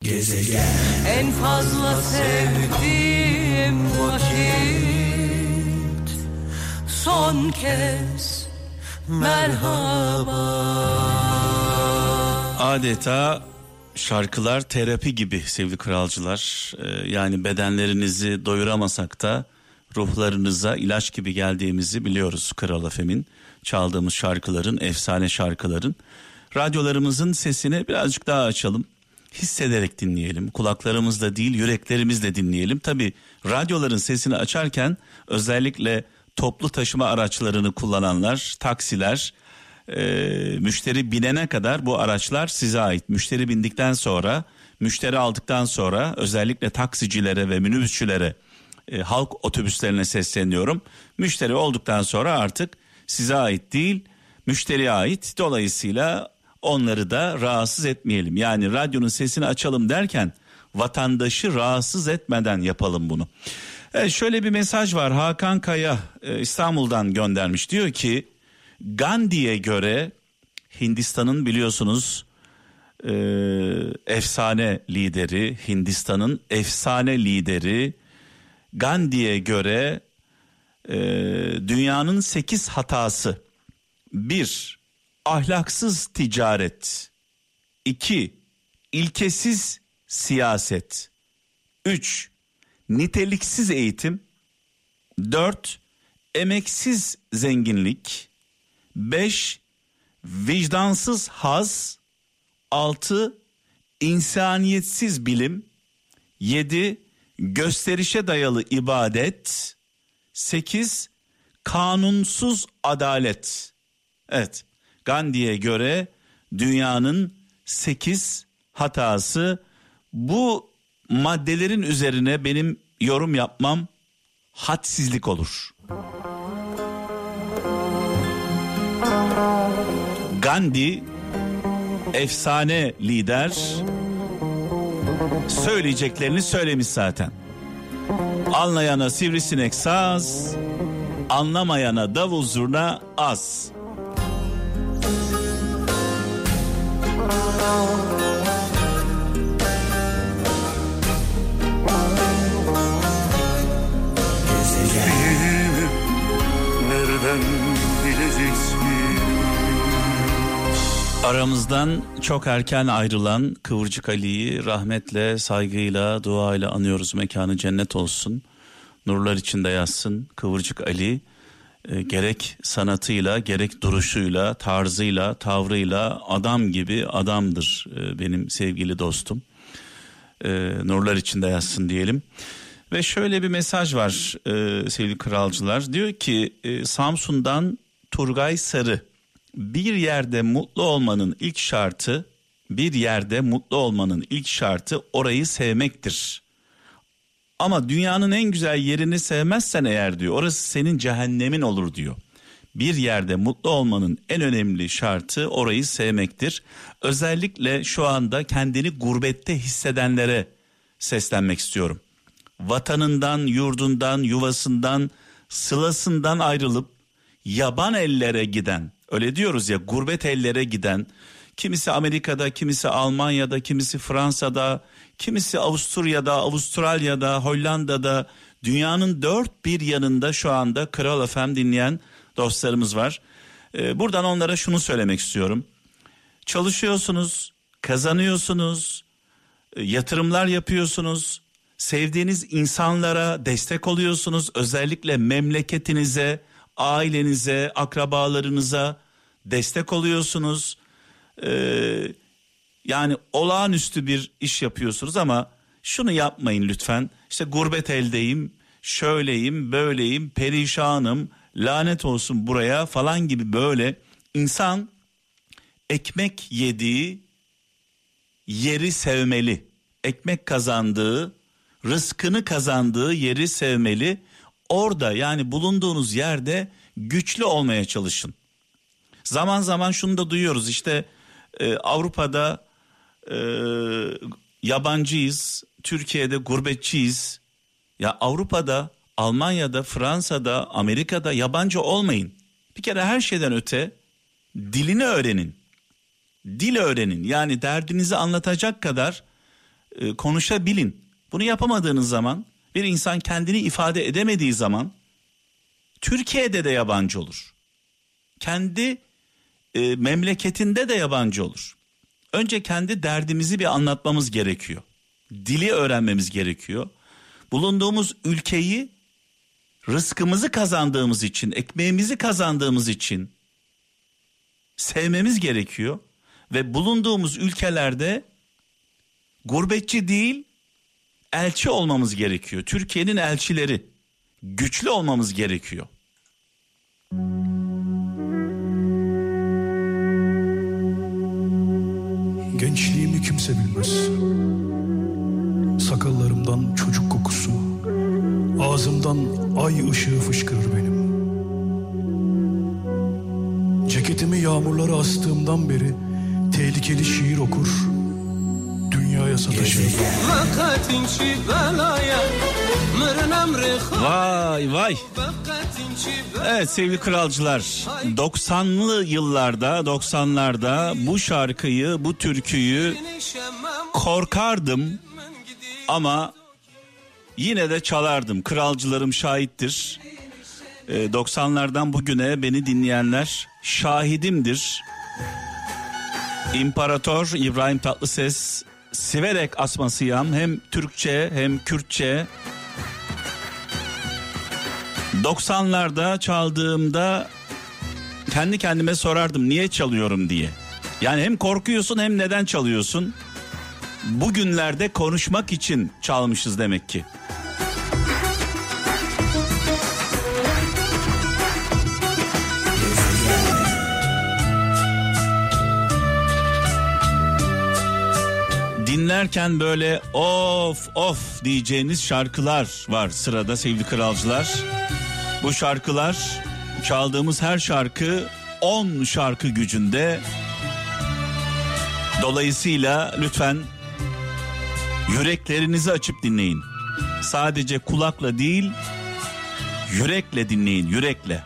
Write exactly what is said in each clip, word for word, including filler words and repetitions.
Gezegen. En fazla sevdiğim vakit son kez merhaba. Adeta şarkılar terapi gibi sevgili kralcılar. Ee, yani bedenlerinizi doyuramasak da ruhlarınıza ilaç gibi geldiğimizi biliyoruz Kral F M'in. Çaldığımız şarkıların, efsane şarkıların. Radyolarımızın sesini birazcık daha açalım. Hissederek dinleyelim. Kulaklarımızla değil, yüreklerimizle dinleyelim. Tabii radyoların sesini açarken özellikle toplu taşıma araçlarını kullananlar, taksiler, e, müşteri binene kadar bu araçlar size ait. Müşteri bindikten sonra, müşteri aldıktan sonra özellikle taksicilere ve minibüsçülere, e, halk otobüslerine sesleniyorum. Müşteri olduktan sonra artık size ait değil, müşteriye ait. Dolayısıyla onları da rahatsız etmeyelim. Yani radyonun sesini açalım derken vatandaşı rahatsız etmeden yapalım bunu. Evet, şöyle bir mesaj var. Hakan Kaya e, İstanbul'dan göndermiş. Diyor ki Gandhi'ye göre Hindistan'ın biliyorsunuz e, efsane lideri, Hindistan'ın efsane lideri Gandhi'ye göre e, dünyanın sekiz hatası: bir, ahlaksız ticaret; iki, ilkesiz siyaset; üç, niteliksiz eğitim; dört, emeksiz zenginlik; beş, vicdansız haz; altı, insaniyetsiz bilim; yedi, gösterişe dayalı ibadet; sekiz, kanunsuz adalet. Evet, Gandhi'ye göre dünyanın sekiz hatası. Bu maddelerin üzerine benim yorum yapmam hadsizlik olur. Gandhi efsane lider, söyleyeceklerini söylemiş zaten. Anlayana sivrisinek saz, anlamayana davul zurna az. Aramızdan çok erken ayrılan Kıvırcık Ali'yi rahmetle, saygıyla, duayla anıyoruz. Mekanı cennet olsun. Nurlar içinde yatsın Kıvırcık Ali. E, gerek sanatıyla, gerek duruşuyla, tarzıyla, tavrıyla adam gibi adamdır e, benim sevgili dostum. E, nurlar içinde yatsın diyelim. Ve şöyle bir mesaj var e, sevgili kralcılar. Diyor ki e, Samsun'dan Turgay Sarı. Bir yerde mutlu olmanın ilk şartı, bir yerde mutlu olmanın ilk şartı orayı sevmektir. Ama dünyanın en güzel yerini sevmezsen eğer diyor, orası senin cehennemin olur diyor. Bir yerde mutlu olmanın en önemli şartı orayı sevmektir. Özellikle şu anda kendini gurbette hissedenlere seslenmek istiyorum. Vatanından, yurdundan, yuvasından, sılasından ayrılıp yaban ellere giden, öyle diyoruz ya, gurbet ellere giden, kimisi Amerika'da, kimisi Almanya'da, kimisi Fransa'da, kimisi Avusturya'da, Avustralya'da, Hollanda'da, dünyanın dört bir yanında şu anda Kral F M dinleyen dostlarımız var. Ee, buradan onlara şunu söylemek istiyorum. Çalışıyorsunuz, kazanıyorsunuz, yatırımlar yapıyorsunuz, sevdiğiniz insanlara destek oluyorsunuz, özellikle memleketinize, ailenize, akrabalarınıza destek oluyorsunuz. Ee, yani olağanüstü bir iş yapıyorsunuz ama şunu yapmayın lütfen. İşte gurbet eldeyim, şöyleyim, böyleyim, perişanım, lanet olsun buraya falan gibi böyle. İnsan ekmek yediği yeri sevmeli. Ekmek kazandığı, rızkını kazandığı yeri sevmeli. Orada, yani bulunduğunuz yerde güçlü olmaya çalışın. Zaman zaman şunu da duyuyoruz, işte e, Avrupa'da e, yabancıyız, Türkiye'de gurbetçiyiz. Ya Avrupa'da, Almanya'da, Fransa'da, Amerika'da yabancı olmayın. Bir kere her şeyden öte dilini öğrenin. Dil öğrenin. Yani derdinizi anlatacak kadar e, konuşabilin. Bunu yapamadığınız zaman, bir insan kendini ifade edemediği zaman Türkiye'de de yabancı olur. Kendi e, memleketinde de yabancı olur. Önce kendi derdimizi bir anlatmamız gerekiyor. Dili öğrenmemiz gerekiyor. Bulunduğumuz ülkeyi rızkımızı kazandığımız için, ekmeğimizi kazandığımız için sevmemiz gerekiyor. Ve bulunduğumuz ülkelerde gurbetçi değil, elçi olmamız gerekiyor. Türkiye'nin elçileri, güçlü olmamız gerekiyor. Gençliğimi kimse bilmez. Sakallarımdan çocuk kokusu, ağzımdan ay ışığı fışkırır benim. Ceketimi yağmurlara astığımdan beri tehlikeli şiir okur, dünyaya sataşırım. Vay vay. Evet sevgili kralcılar, doksanlı yıllarda, doksanlarda bu şarkıyı, bu türküyü korkardım ama yine de çalardım. Kralcılarım şahittir. doksanlardan bugüne beni dinleyenler şahidimdir. İmparator İbrahim Tatlıses Siverek asmasıyam, hem Türkçe hem Kürtçe. doksanlarda çaldığımda kendi kendime sorardım niye çalıyorum diye. Yani hem korkuyorsun hem neden çalıyorsun? Bugünlerde konuşmak için çalmışız demek ki. Dinlerken böyle of of diyeceğiniz şarkılar var sırada sevgili kralcılar. Bu şarkılar, çaldığımız her şarkı on şarkı gücünde. Dolayısıyla lütfen yüreklerinizi açıp dinleyin. Sadece kulakla değil, yürekle dinleyin, yürekle.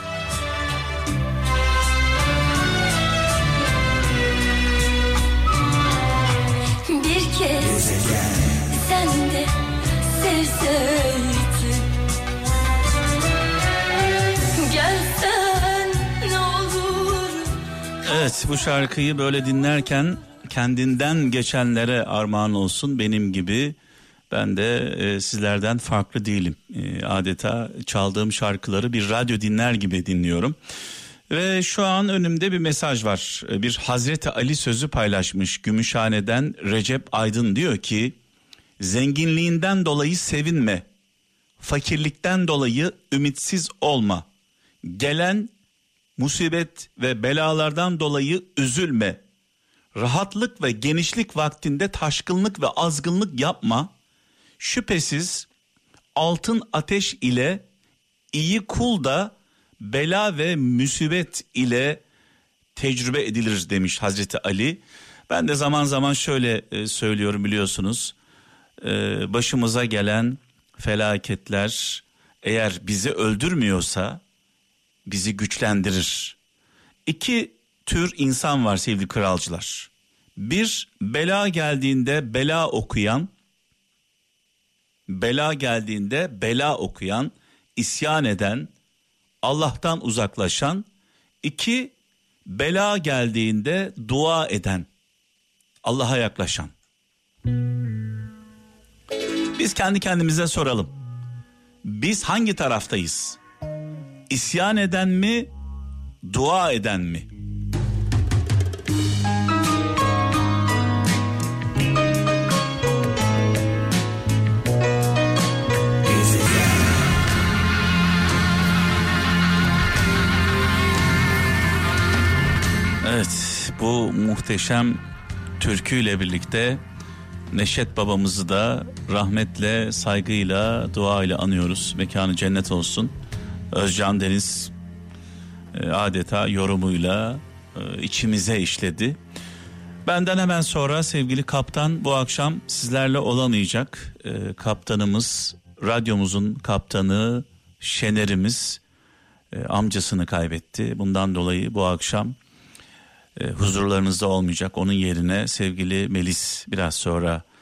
Bir kez sen de sevseydin, gelsen ne olur. Evet, bu şarkıyı böyle dinlerken kendinden geçenlere armağan olsun benim gibi. Ben de e, sizlerden farklı değilim. E, adeta çaldığım şarkıları bir radyo dinler gibi dinliyorum. Ve şu an önümde bir mesaj var. Bir Hazreti Ali sözü paylaşmış Gümüşhane'den Recep Aydın, diyor ki: zenginliğinden dolayı sevinme, fakirlikten dolayı ümitsiz olma, gelen musibet ve belalardan dolayı üzülme, rahatlık ve genişlik vaktinde taşkınlık ve azgınlık yapma, şüphesiz altın ateş ile iyi kul da bela ve musibet ile tecrübe edilir demiş Hazreti Ali. Ben de zaman zaman şöyle e, söylüyorum, biliyorsunuz. E, başımıza gelen felaketler eğer bizi öldürmüyorsa bizi güçlendirir. İki tür insan var sevgili kralcılar. Bir, bela geldiğinde bela okuyan, bela geldiğinde bela okuyan, isyan eden, Allah'tan uzaklaşan. İki, bela geldiğinde dua eden, Allah'a yaklaşan. Biz kendi kendimize soralım. Biz hangi taraftayız? İsyan eden mi, dua eden mi? Evet, bu muhteşem türküyle birlikte Neşet babamızı da rahmetle, saygıyla, duayla anıyoruz. Mekanı cennet olsun. Özcan Deniz adeta yorumuyla içimize işledi. Benden hemen sonra sevgili kaptan bu akşam sizlerle olamayacak. Kaptanımız, radyomuzun kaptanı, şenerimiz amcasını kaybetti. Bundan dolayı bu akşam huzurlarınızda olmayacak. Onun yerine sevgili Melis biraz sonra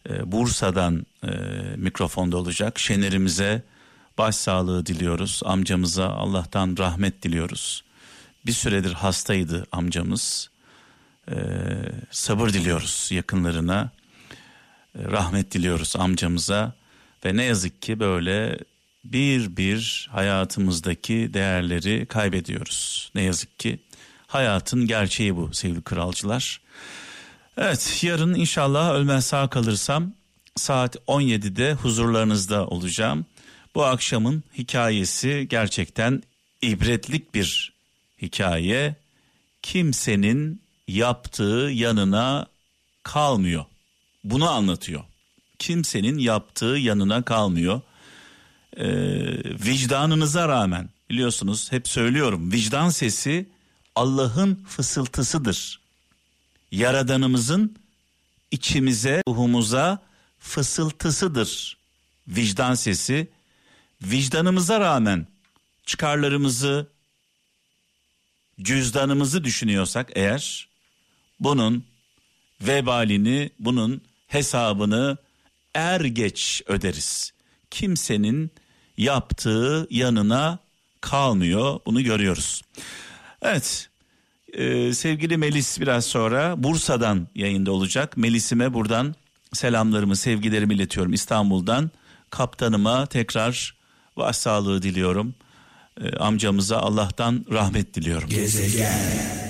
e, Bursa'dan e, mikrofonda olacak. Şenerimize başsağlığı diliyoruz. Amcamıza Allah'tan rahmet diliyoruz. Bir süredir hastaydı amcamız. E, sabır diliyoruz yakınlarına. E, rahmet diliyoruz amcamıza. Ve ne yazık ki böyle bir bir hayatımızdaki değerleri kaybediyoruz. Ne yazık ki hayatın gerçeği bu sevgili kralcılar. Evet, yarın inşallah ölmez sağ kalırsam saat on yedide huzurlarınızda olacağım. Bu akşamın hikayesi gerçekten ibretlik bir hikaye. Kimsenin yaptığı yanına kalmıyor. Bunu anlatıyor. Kimsenin yaptığı yanına kalmıyor. Ee, vicdanınıza rağmen, biliyorsunuz hep söylüyorum, vicdan sesi Allah'ın fısıltısıdır. Yaradanımızın içimize, ruhumuza fısıltısıdır vicdan sesi. Vicdanımıza rağmen çıkarlarımızı, cüzdanımızı düşünüyorsak eğer, bunun vebalini, bunun hesabını er geç öderiz. Kimsenin yaptığı yanına kalmıyor, bunu görüyoruz. Evet, e, sevgili Melis biraz sonra Bursa'dan yayında olacak. Melis'ime buradan selamlarımı, sevgilerimi iletiyorum İstanbul'dan. Kaptanıma tekrar başsağlığı diliyorum. E, amcamıza Allah'tan rahmet diliyorum. Gezegen.